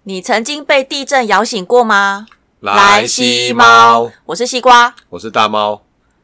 你曾经被地震摇醒过吗？ 来西猫， 我是西瓜， 我是大猫。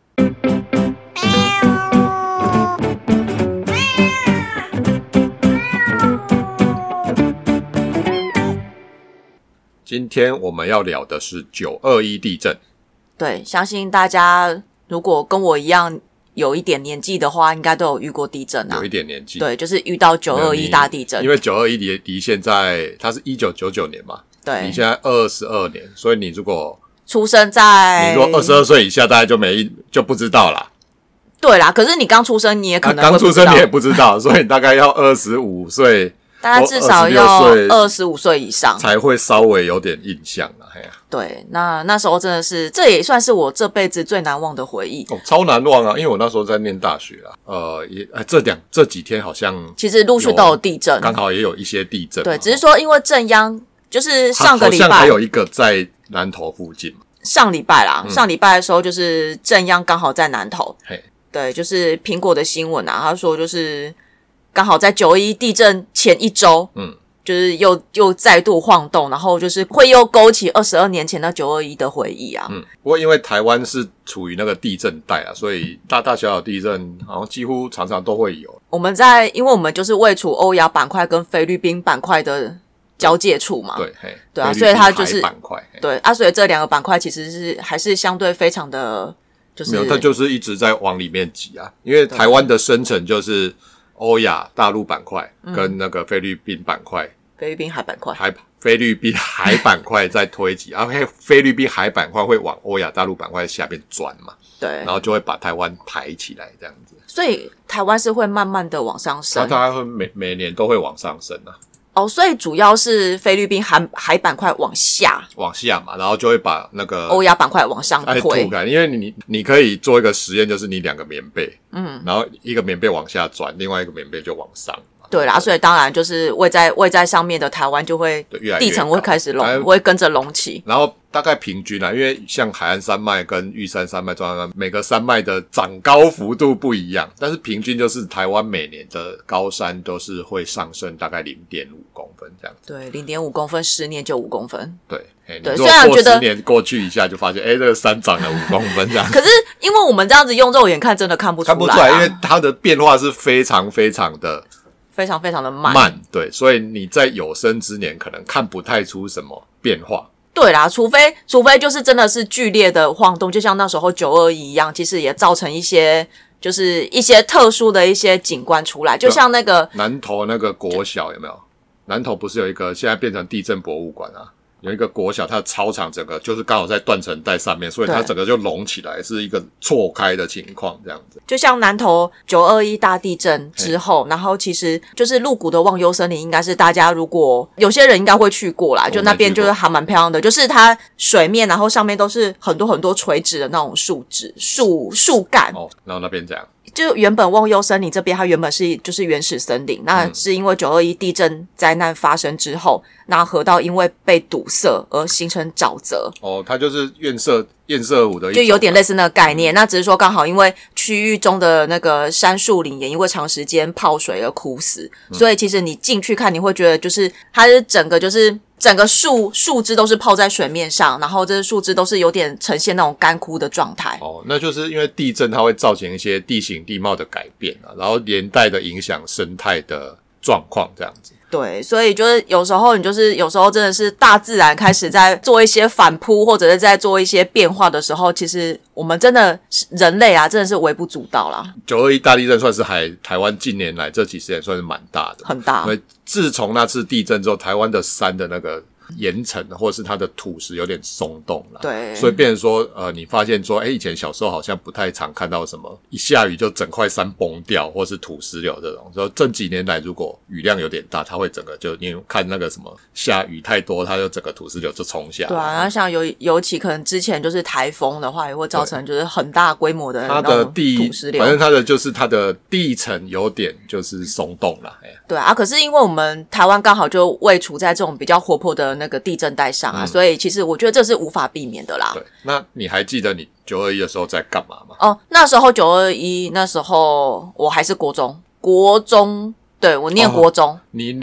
今天我们要聊的是921地震。 对，相信大家如果跟我一样有一点年纪的话，应该都有遇过地震啊。 有一点年纪， 对，就是遇到921大地震。 因为921离现在它是1999年嘛， 对， 你现在22年，所以你如果出生在， 你如果22岁以下，大概就不知道啦。 对啦，可是你刚出生，你也可能刚出生你也不知道，所以你大概要25岁， 大概至少要25岁以上才会稍微有点印象啦。 对，那时候真的是，这也算是我这辈子最难忘的回忆。 超难忘啊！因为我那时候在念大学啊，这几天好像其实陆续都有地震， 刚好也有一些地震。 对，只是说因为震央就是上个礼拜好像还有一个在南投附近。 上礼拜啦，上礼拜的时候就是震央刚好在南投。对，就是苹果的新闻啊，他说就是刚好在921地震前一周，就是又再度晃动，然后就是会又勾起22年前的921的回忆啊。 不过因为台湾是处于那个地震带啊，所以大大小小地震好像几乎常常都会有。 因为我们就是位处欧亚板块跟菲律宾板块的交界处嘛。对啊，所以它就是板块。 对啊，所以这两个板块其实还是相对非常的，就是没有，它就是一直在往里面挤啊。因为台湾的生成就是欧亚大陆板块跟那个菲律宾板块。 菲律宾海板块， 菲律宾海板块在推挤，然后菲律宾海板块会往欧亚大陆板块下面转嘛， 对， 然后就会把台湾抬起来这样子。 所以台湾是会慢慢的往上升， 它大概会每年都会往上升啊。 所以主要是菲律宾海板块往下嘛，然后就会把那个欧亚板块往上推。 因为你可以做一个实验，就是你两个棉被，然后一个棉被往下转，另外一个棉被就往上。 对啦，所以当然就是位在上面的台湾就会地层会开始隆，会跟着隆起。 然后大概平均因为像海岸山脉跟玉山山脉、中央山脉，每个山脉的长高幅度不一样，但是平均就是台湾每年的高山都是会上升大概 0.5 公分这样子。 对， 0.5 公分，10年就5公分。 对， 虽然觉得 10年过去一下就发现这个山长了5公分这样。 可是因为我们这样子用肉眼看真的看不出来， 因为它的变化是非常非常的慢，对，所以你在有生之年可能看不太出什么变化。 对啦，除非就是真的是剧烈的晃动，就像那时候921一样，其实也造成一些就是一些特殊的一些景观出来，就像那个南投那个国小有没有？南投不是有一个现在变成地震博物馆啊？有一个国小，它的操场整个就是刚好在断层带上面，所以它整个就隆起来，是一个错开的情况这样子。 就像南投921大地震之后，然后其实就是鹿谷的忘忧森林，应该是大家如果有些人应该会去过啦，就那边就是还蛮漂亮的，就是它水面，然后上面都是很多很多垂直的那种树干。 然后那边怎样？ 就原本忘忧森林这边它原本是就是原始森林，那是因为921地震灾难发生之后，那河道因为被堵塞而形成沼泽。 它就是堰塞湖的一种， 就有点类似那个概念。那只是说刚好因为区域中的那个杉树林也因为长时间泡水而枯死，所以其实你进去看你会觉得就是它是整个树枝都是泡在水面上，然后这些树枝都是有点呈现那种干枯的状态。 那就是因为地震它会造成一些地形地貌的改变然后连带的影响生态的状况这样子。 对，所以就是有时候真的是大自然开始在做一些反扑，或者是在做一些变化的时候，其实我们真的人类真的是微不足道啦。 921大地震算是台湾近年来这几十年算是蛮大的， 很大。 因为自从那次地震之后，台湾的山的那个岩层或者是它的土石有点松动了， 对， 所以变成说你发现说以前小时候好像不太常看到什么一下雨就整块山崩掉或是土石流这种，所以这几年来如果雨量有点大，它会整个就因为看那个什么下雨太多，它就整个土石流就冲下来。 对啊，然后像尤其可能之前就是台风的话，也会造成就是很大规模的那种土石流， 反正它的地层有点就是松动了。 对啊，可是因为我们台湾刚好就位处在这种比较活泼的那个地震带上所以其实我觉得这是无法避免的啦。 对，那你还记得你921的时候在干嘛吗？ 那时候921那时候我还是国中，对，我念国中。 你离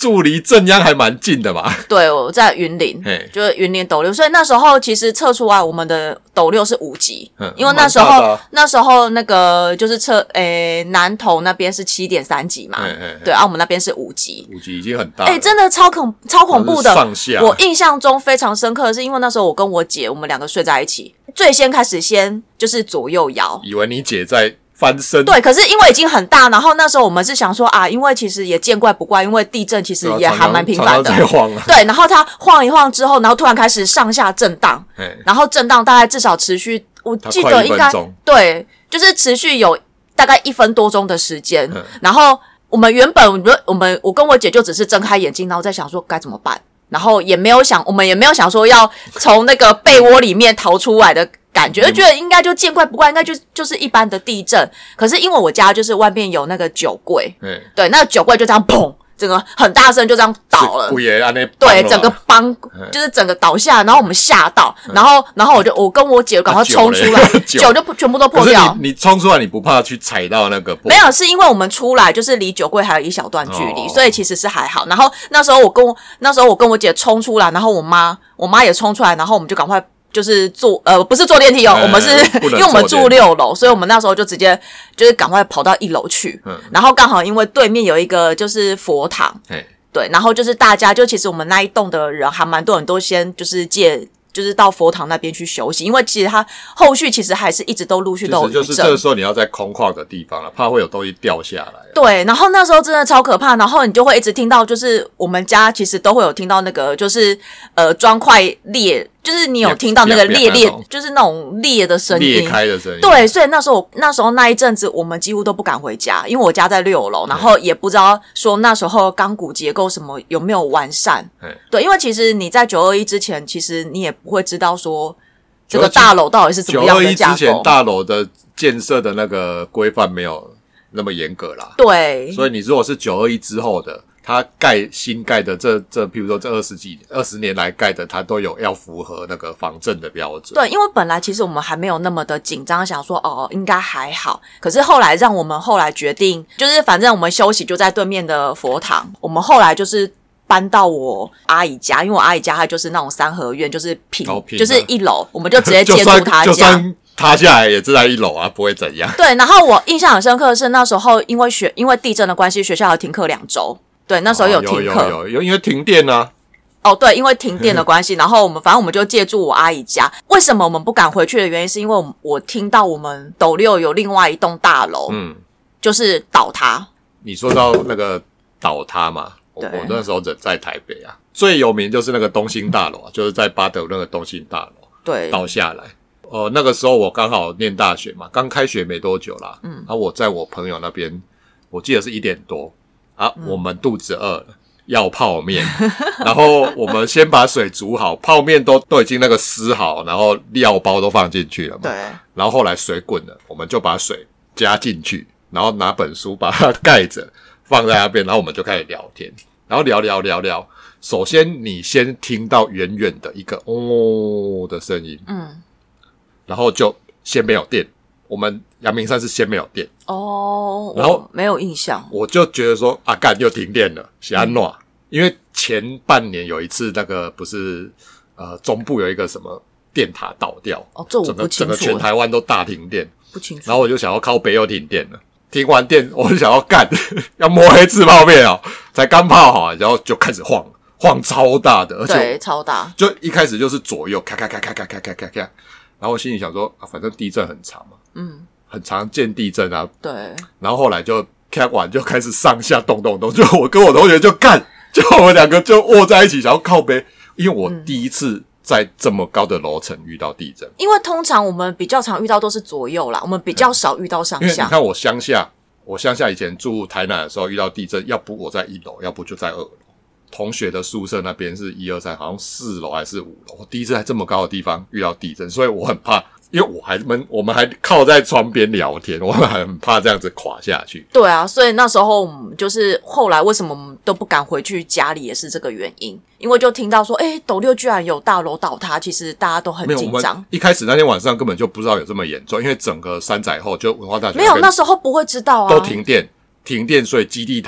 住离正央还蛮近的嘛。 对，我在云林，就是云林斗六，所以那时候其实测出来我们的斗六是5级，因为那时候那个就是南投那边是7.3级嘛，对，我们那边是5级 ，5级已经很大了， 真的超恐怖的。 上下， 我印象中非常深刻的是，因为那时候我跟我姐，我们2个睡在一起，最先开始就是左右摇， 以为你姐在翻身， 对，可是因为已经很大，然后那时候我们是想说因为其实也见怪不怪，因为地震其实也还蛮频繁的， 常常在晃对，然后它晃一晃之后，然后突然开始上下震荡，然后震荡大概至少持续，我记得应该对，就是持续有大概1分多钟的时间，然后我们原本我跟我姐就只是睁开眼睛，然后在想说该怎么办，然后我们也没有想说要从那个被窝里面逃出来的感觉，就觉得应该就见怪不怪，应该就是一般的地震。可是因为我家就是外面有那个酒柜，对，那个酒柜就这样砰，整个很大声就这样倒了，对，整个帮就是整个倒下，然后我们吓到，然后我跟我姐赶快冲出来，酒就全部都破掉。 可是你冲出来，你不怕去踩到那个？ 没有，是因为我们出来就是离酒柜还有一小段距离，所以其实是还好。然后那时候我跟我姐冲出来，然后我妈也冲出来，然后我们就赶快。就是不是坐电梯我们是因为我们住6楼，所以我们那时候就直接就是赶快跑到1楼去，然后刚好因为对面有一个就是佛堂，对，然后就是大家就其实我们那一栋的人还蛮多人都先就是到佛堂那边去休息，因为其实它后续其实还是一直都陆续都有余震， 就是这个时候你要在空旷的地方了，怕会有东西掉下来。 对，然后那时候真的超可怕，然后你就会一直听到，就是我们家其实都会有听到那个就是砖块裂，就是你有听到那个裂，就是那种裂的声音， 裂开的声音。 对，所以那时候那一阵子我们几乎都不敢回家，因为我家在6楼，然后也不知道说那时候钢骨结构什么有没有完善。对，因为其实你在921之前，其实你也不会知道说这个大楼到底是怎么样的架构。921 之前大楼的建设的那个规范没有那么严格啦。 对， 所以你如果是921之后的，它新盖的这譬如说这20年来盖的，它都有要符合那个防震的标准。 对，因为本来其实我们还没有那么的紧张，想说应该还好。可是后来我们决定，就是反正我们休息就在对面的佛堂。我们后来就是搬到我阿姨家，因为我阿姨家它就是那种3合院，就是平就是1楼，我们就直接借住她家。 就算塌下来也是在1楼啊，不会怎样。 对，然后我印象很深刻的是那时候因为地震的关系，学校有停课2周。对，那时候有停课， 有因为停电啊。 对，因为停电的关系，然后反正我们就借住我阿姨家。为什么我们不敢回去的原因，是因为我听到我们斗六有另外一栋大楼，就是倒塌。 你说到那个倒塌嘛，我那时候人在台北啊，最有名就是那个东兴大楼啊，就是在八德那个东兴大楼， 对， 倒下来。那个时候我刚好念大学嘛，刚开学没多久啦，我在我朋友那边，我记得是1点多。我们肚子饿了，要泡面，然后我们先把水煮好，泡面都已经那个撕好，然后料包都放进去了嘛。 对。 然后后来水滚了，我们就把水加进去，然后拿本书把它盖着，放在那边，然后我们就开始聊天，然后聊。首先你先听到远远的一个的声音，然后就先没有电。我们阳明山是先没有电然后没有印象， 我就觉得说干又停电了，是安怎？因为前半年有一次那个不是中部有一个什么电塔倒掉这我不清楚， 整个全台湾都大停电， 不清楚。 然后我就想要靠北又停电了，停完电我就想要干要摸黑吃泡面才刚泡好然后就开始晃超大的，而且对超大， 就一开始就是左右咔，然后我心里想说反正地震很长嘛，很常见地震啊， 对， 然后后来就开完就开始上下动，就我跟我同学就我们2个就握在一起想要靠北，因为我第一次在这么高的楼层遇到地震， 因为通常我们比较常遇到都是左右啦，我们比较少遇到上下。 因为你看我乡下以前住台南的时候遇到地震，要不我在1楼，要不就在2楼。同学的宿舍那边是1、2、3，好像4楼还是5楼。我第一次在这么高的地方遇到地震，所以我很怕，因为我们还靠在窗边聊天，我们很怕这样子垮下去。 对啊，所以那时候我们就是后来为什么我们都不敢回去家里，也是这个原因。因为就听到说，斗六居然有大楼倒塌，其实大家都很紧张。 一开始那天晚上根本就不知道有这么严重，因为整个山仔后就文化大学没有，那时候不会知道啊， 都停电，所以基地台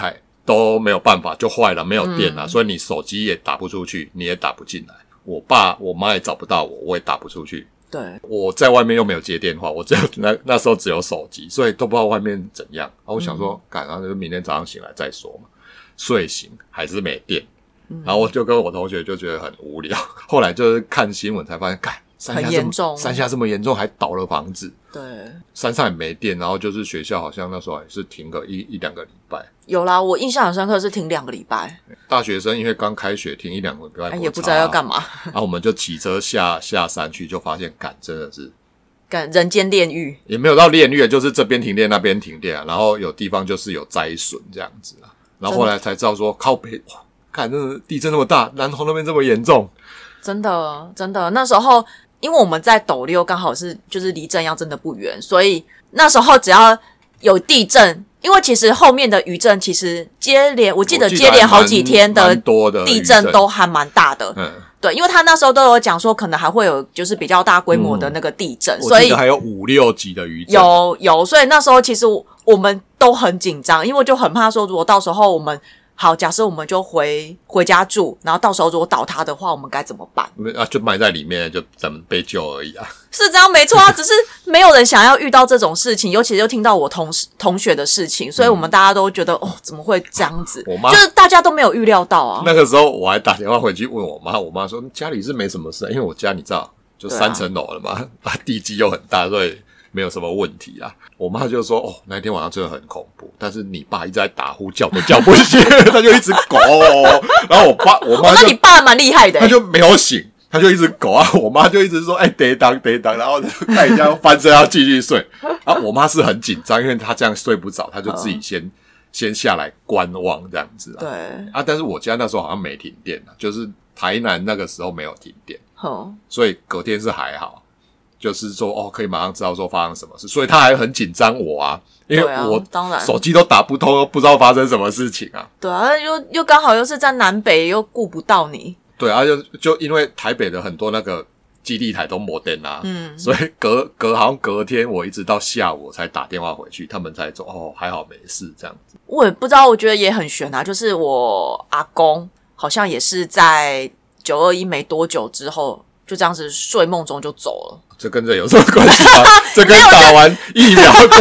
都没有办法，就坏了，没有电了，所以你手机也打不出去，你也打不进来。我爸我妈也找不到我，我也打不出去。 对， 我在外面又没有接电话，我只有那时候只有手机，所以都不知道外面怎样。我想说，然后就明天早上醒来再说嘛。睡醒还是没电，然后我就跟我同学就觉得很无聊。后来就是看新闻才发现， 很严重， 山下这么严重，还倒了房子。 对， 山上也没电，然后就是学校好像那时候也是停个一两个礼拜。 有啦，我印象很深刻是停2个礼拜。 大学生因为刚开学停1-2个礼拜， 也不知道要干嘛。 然后我们就骑车下山去，就发现真的是人间炼狱， 也没有到炼狱，就是这边停电那边停电啊，然后有地方就是有灾损这样子啊。然后后来才知道说靠北，哇，看那个地震那么大，南投那边这么严重， 真的那时候。因为我们在斗六刚好是就是离震央真的不远，所以那时候只要有地震，因为其实后面的余震其实我记得接连好几天的地震都还蛮大的。对，因为他那时候都有讲说可能还会有就是比较大规模的那个地震，所以我记得还有5-6级的余震。 有，所以那时候其实我们都很紧张，因为就很怕说如果到时候我们好，假设我们就回家住，然后到时候如果倒塌的话，我们该怎么办？ 就埋在里面，就等被救而已啊。 是这样，没错啊，只是没有人想要遇到这种事情，尤其就听到我同学的事情，所以我们大家都觉得怎么会这样子？我妈就是大家都没有预料到啊。 那个时候我还打电话回去问我妈，我妈说家里是没什么事，因为我家你知道就3层楼了嘛，地基又很大，所以没有什么问题啦。我妈就说那天晚上真的很恐怖，但是你爸一直在打呼叫都叫不醒，他就一直狗。然后我妈就那你爸蛮厉害的他就没有醒，他就一直狗啊。我妈就一直说得当，然后看一下翻身要继续睡。然后我妈是很紧张，因为她这样睡不着，她就自己先下来观望这样子啊。 对啊，但是我家那时候好像没停电，就是台南那个时候没有停电，所以隔天是还好。就是说可以马上知道说发生什么事，所以他还很紧张我啊，因为我当然手机都打不通，不知道发生什么事情啊。 对啊，又刚好又是在南北，又顾不到你。 对啊，就因为台北的很多那个基地台都没电啊，所以好像隔天我一直到下午才打电话回去，他们才说还好没事这样子。 我也不知道，我觉得也很悬啊，就是我阿公好像也是在921没多久之后。就这样子睡梦中就走了， 这跟这有什么关系吗？这跟打完疫苗过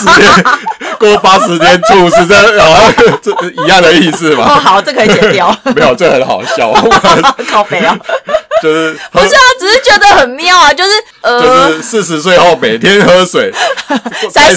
80天猝死这一样的意思吗？ 好，这可以剪掉。 没有，这很好笑。 靠北啊， 就是不是啊，只是觉得很妙啊，就是 40岁后每天喝水，在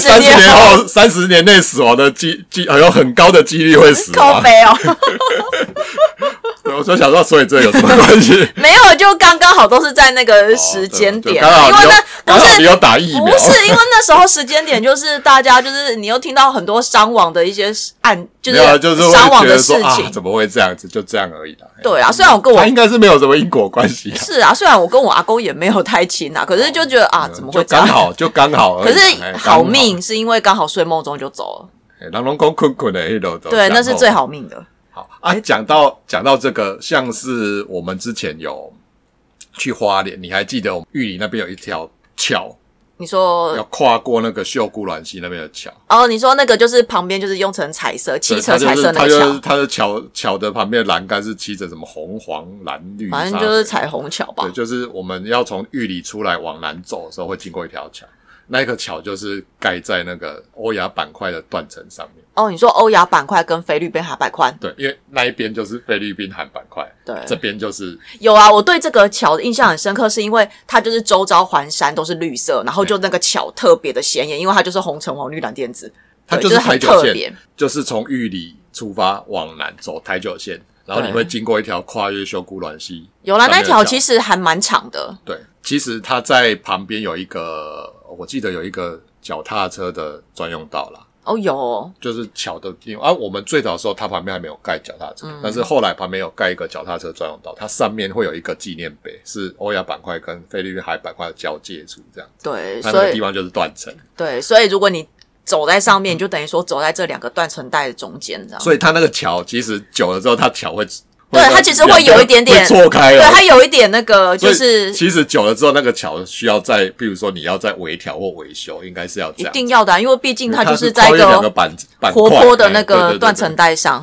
30年内死亡的有很高的几率会死亡。 靠北哦。 我就想说，所以这有什么关系？ 没有，就刚刚好都是在那个时间点，因为刚好你有打疫苗， 不是因为那时候时间点就是大家就是你又听到很多伤亡的一些就是伤亡的事情， 怎么会这样子？就这样而已啦。 对啊，虽然我跟我应该是没有什么因果关系。 是啊，虽然我跟我阿公也没有太亲啊，可是就觉得怎么会这样？ 就刚好。 可是好命是因为刚好睡梦中就走了。 人拢讲困的那种， 对，那是最好命的。 好啊，讲到这个，像是我们之前有去花莲，你还记得我们玉里那边有一条桥？你说要跨过那个秀姑峦溪那边的桥？ 你说那个就是旁边就是用成彩色汽车彩色那个桥， 它的桥的旁边的栏杆是漆着什么红黄蓝绿， 反正就是彩虹桥吧。 对，就是我们要从玉里出来往南走的时候会经过一条桥。那个桥就是盖在那个欧亚板块的断层上面。 你说欧亚板块跟菲律宾海板块？ 对，因为那一边就是菲律宾海板块，对，这边就是有啊。我对这个桥的印象很深刻，是因为它就是周遭环山都是绿色，然后就那个桥特别的显眼，因为它就是红橙黄绿蓝靛紫， 它就是台九线，就是从玉里出发往南走台九线，然后你会经过一条跨越秀姑峦溪。 有啦，那条其实还蛮长的。 对，其实它在旁边有一个，我记得有一个脚踏车的专用道啦。 有， 就是桥的地方我们最早的时候，它旁边还没有盖脚踏车，但是后来旁边有盖一个脚踏车专用道，它上面会有一个纪念碑，是欧亚板块跟菲律宾海板块的交界处，这样子。 对， 它那个地方就是断层。对， 所以如果你走在上面，就等于说走在这两个断层带的中间，这样。 所以它那个桥其实久了之后，它桥会。 对，它其实会有一点点错开了， 对，它有一点那个，就是其实久了之后，那个桥需要再，比如说你要再微调或维修，应该是要这样， 一定要的因为毕竟它就是在一个板活泼的那个断层带上。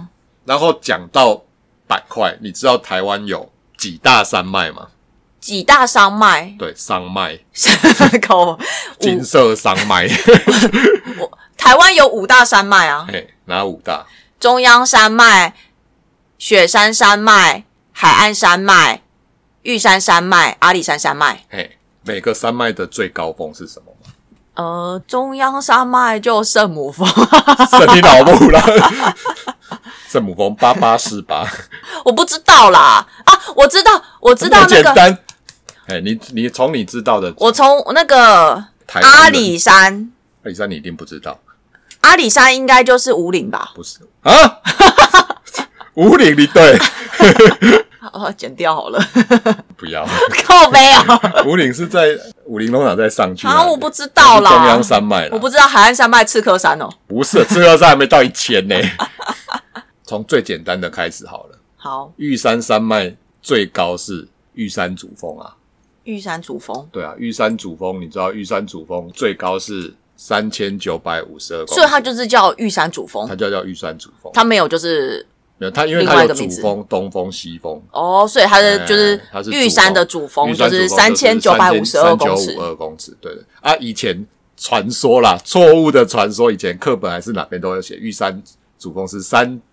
然后讲到板块，你知道台湾有几大山脉吗？ 几大山脉？ 对，山脉， 金色山脉。 台湾有5大山脉啊。 哪5大？ 中央山脉、雪山山脉、海岸山脉、玉山山脉、阿里山山脉。 每个山脉的最高峰是什么吗？ 中央山脉就圣母峰。 圣你老母啦！圣母峰8848。 我不知道啦。啊，我知道那个。简单。你从你知道的， 我从那个阿里山。 阿里山你一定不知道。 阿里山应该就是武岭吧？ 不是啊，武岭你对。 剪掉好了。 不要。 靠北啊！ 武岭是在武陵农场再上去。 我不知道啦。 中央山脉啦。 我不知道海岸山脉赤科山哦。 不是，赤科山还没到1000呢。从最简单的开始好了。 好。 玉山山脉最高是玉山主峰啊。 玉山主峰。对啊，玉山主峰，你知道玉山主峰最高是3952公尺， 所以它就是叫玉山主峰。 它叫玉山主峰。 它没有就是没有它，因为它有主峰、东峰、西峰。 所以它的就是玉山的主峰就是3952 公尺。对的啊，以前传说啦，错误的传说，以前课本还是哪边都有写，玉山主峰是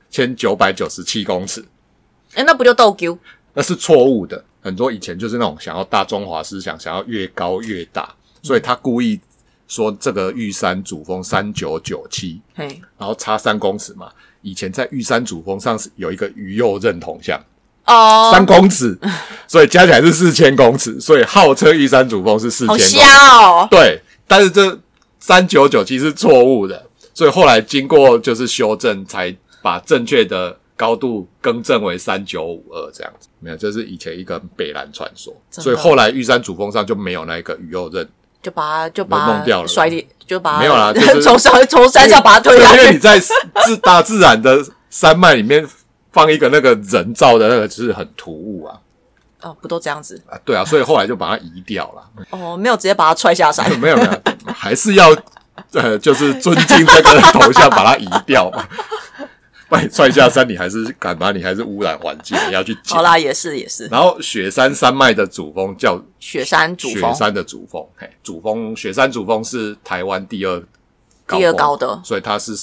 3997公尺。 那不就逗丢？ 那是错误的。很多以前就是那种想要大中华思想，想要越高越大，所以他故意说这个玉山主峰3997，然后差3公尺嘛。以前在玉山主峰上有一个鱼右任铜像，3公尺，所以加起来是4000公尺，所以号称玉山主峰是4000公尺。 好瞎哦！ 对，但是这3997是错误的，所以后来经过就是修正，才把正确的高度更正为3952这样子。没有，这是以前一个北兰传说，所以后来玉山主峰上就没有那个鱼右任， 就把它弄掉了， 甩掉，就把它没有啦， 就是从山上把它推下去。 因为你在大自然的山脉里面放一个那个人造的那个，就是很突兀啊。 不都这样子啊？对啊，所以后来就把它移掉了。没有直接把它踹下山。 没有，还是要就是尊敬这个头像，把它移掉嘛。把你踹下山，你还是干嘛？你还是污染环境，你要去捡。 好啦，也是。 然后雪山山脉的主峰叫雪山主峰， 雪山的主峰，雪山主峰是台湾第二高的， 所以它是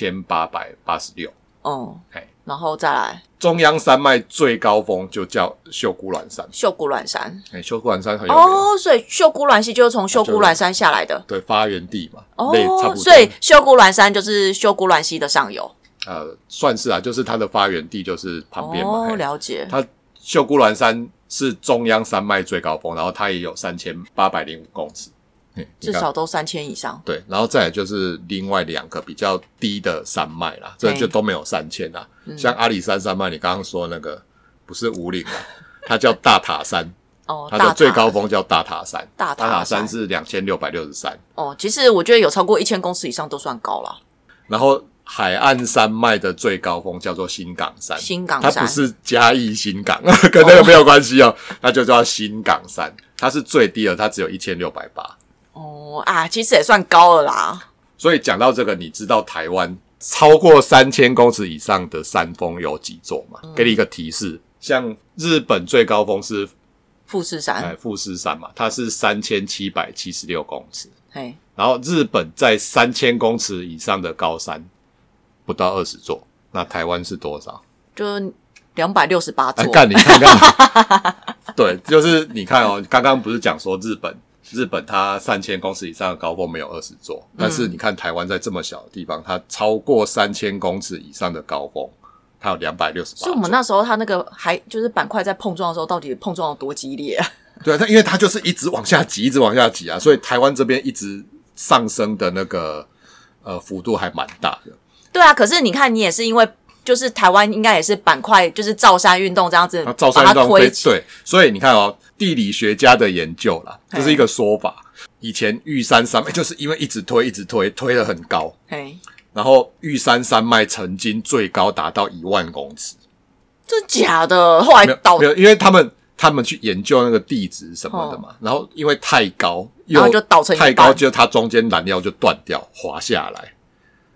3886。 然后再来中央山脉最高峰就叫秀姑峦山。 秀姑峦山很有名所以秀姑峦溪就是从秀姑峦山下来的， 对，发源地嘛。差不多。 所以秀姑峦山就是秀姑峦溪的上游。 算是啊，就是它的发源地就是旁边嘛。 了解。 它秀姑峦山是中央山脉最高峰，然后它也有3805公尺， 至少都3000以上。 对，然后再来就是另外2个比较低的山脉啦，这就都没有3000啦。像阿里山山脉，你刚刚说那个不是武岭啊，它叫大塔山。它的最高峰叫大塔山。大塔山是2663。 其实我觉得有超过1000公尺以上都算高了。 然后海岸山脉的最高峰叫做新港山，它不是嘉义新港，跟那个没有关系它就叫新港山，它是最低的，它只有1680。 其实也算高了啦。 所以讲到这个，你知道台湾超过3000公尺以上的山峰有几座吗？给你一个提示，像日本最高峰是富士山， 富士山嘛，它是3776公尺。然后日本在3000公尺以上的高山不到20座，那台湾是多少？ 就268座。 干，你看看。对，就是你看刚刚不是讲说日本它3000公尺以上的高峰没有20座，但是你看台湾在这么小的地方，它超过3000公尺以上的高峰，它有268座。 所以我们那时候它那个还就是板块在碰撞的时候，到底碰撞有多激烈啊？ 对啊，因为它就是一直往下挤，一直往下挤啊，所以台湾这边一直上升的那个幅度还蛮大的。 对啊，可是你看，你也是因为就是台湾应该也是板块就是造山运动这样子， 造山运动对，所以你看地理学家的研究啦，这是一个说法。以前玉山山脉就是因为一直推得很高，然后玉山山脉曾经最高达到10000公尺。 这假的？后来没有，因为他们去研究那个地质什么的嘛，然后因为太高， 然后就倒成太高，就它中间燃料就断掉滑下来。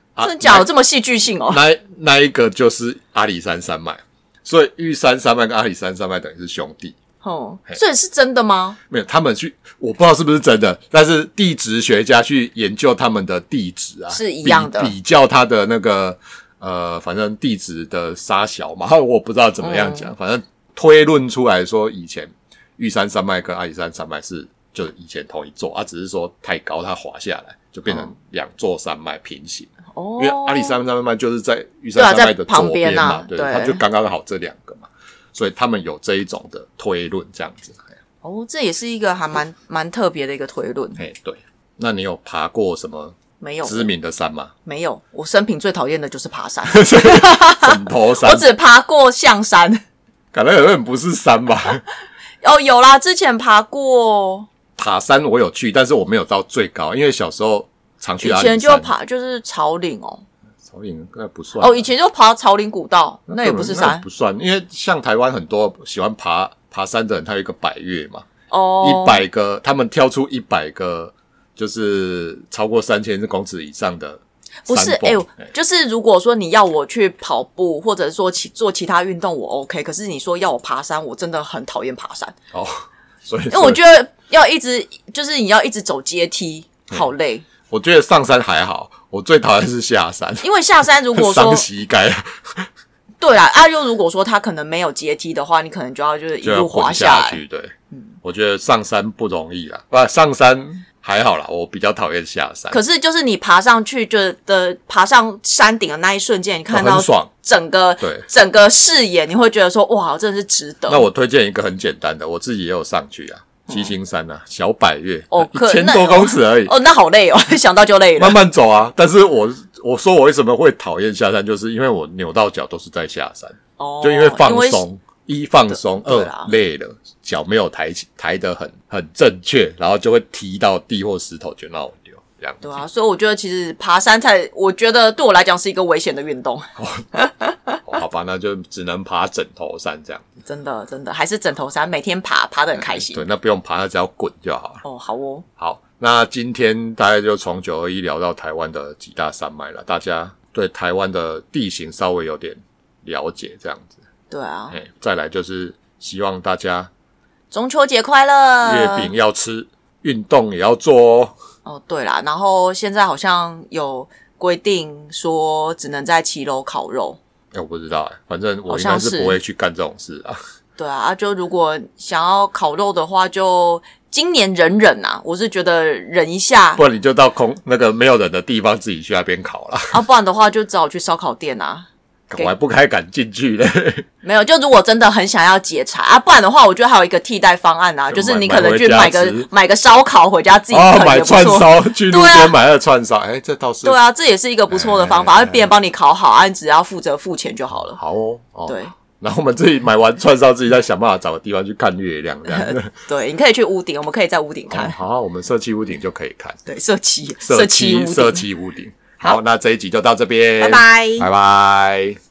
真的假的？这么戏剧性哦？ 那一个就是阿里山山脉，所以玉山山脉跟阿里山山脉等于是兄弟。 哦，所以是真的吗？ 没有，他们去，我不知道是不是真的，但是地质学家去研究他们的地质啊， 是一样的， 比较它的那个反正地质的沙小嘛，我不知道怎么样讲，反正推论出来说，以前玉山山脉跟阿里山山脉是就以前同一座啊，只是说太高，它滑下来就变成两座山脉平行。因为阿里山山脉就是在玉山山脉的左边嘛，对，它就刚刚好这两个嘛。所以他们有这一种的推论，这样子。 这也是一个还蛮特别的一个推论。 对。那你有爬过什么没有知名的山吗？ 没有，我生平最讨厌的就是爬山。 枕头山， 我只爬过象山。 感觉有点不是山吧？ 有啦，之前爬过塔山，我有去，但是我没有到最高，因为小时候常去阿里山。 以前就爬就是草岭哦。 草岭那不算以前就爬草岭古道，那也不是山， 不算，因为像台湾很多喜欢爬山的人，他有一个百岳嘛，100个，他们挑出100个，就是超过3000公尺以上的山峰。 不是，就是如果说你要我去跑步，或者说做其他运动，我 OK， 可是你说要我爬山，我真的很讨厌爬山。 所以因为我觉得要一直就是你要一直走阶梯，好累。 我觉得上山还好，我最讨厌是下山， 因为下山如果说伤膝盖。 对啦，又如果说它可能没有阶梯的话，你可能就要就是一路滑下来。 对，我觉得上山不容易啦，上山还好啦，我比较讨厌下山。 可是就是你爬上去爬上山顶的那一瞬间，你看到整个视野，你会觉得说哇，真的是值得。 那我推荐一个很简单的，我自己也有上去啊。七星山啊，小百岳，1000多公尺而已。 那好累哦，想到就累了。 慢慢走啊，但是我说我为什么会讨厌下山，就是因为我扭到脚都是在下山，就因为放松，一放松，二累了，脚没有抬得很正确，然后就会踢到地或石头就闹丢。 对啊，所以我觉得其实爬山我觉得对我来讲是一个危险的运动。 好吧，那就只能爬枕头山这样。 真的还是枕头山，每天爬得很开心。 对，那不用爬，那只要滚就好了。 好哦。 好，那今天大概就从921聊到台湾的几大山脉了，大家对台湾的地形稍微有点了解，这样子。 对啊。 再来就是希望大家中秋节快乐， 月饼要吃，运动也要做哦。 对啦，然后现在好像有规定说只能在7楼烤肉。 我不知道反正我应该是不会去干这种事啊。 对啊，就如果想要烤肉的话，就今年忍啊，我是觉得忍一下。 不然你就到那个没有人的地方自己去那边烤啦。 不然的话就只好去烧烤店啊。 我还不太敢进去嘞。 没有，就如果真的很想要解馋不然的话，我觉得还有一个替代方案啊，就是你可能去买个烧烤回家自己啃买串烧，去路边买了串烧，这倒是。 对啊，这也是一个不错的方法，别人帮你烤好，你只要负责付钱就好了。 好哦。 对。 然后我们自己买完串烧，自己再想办法找个地方去看月亮，这样。 对，你可以去屋顶，我们可以在屋顶看。 好，我们社区屋顶就可以看。 对，社区屋顶。好，那这一集就到这边， 拜拜， 拜拜。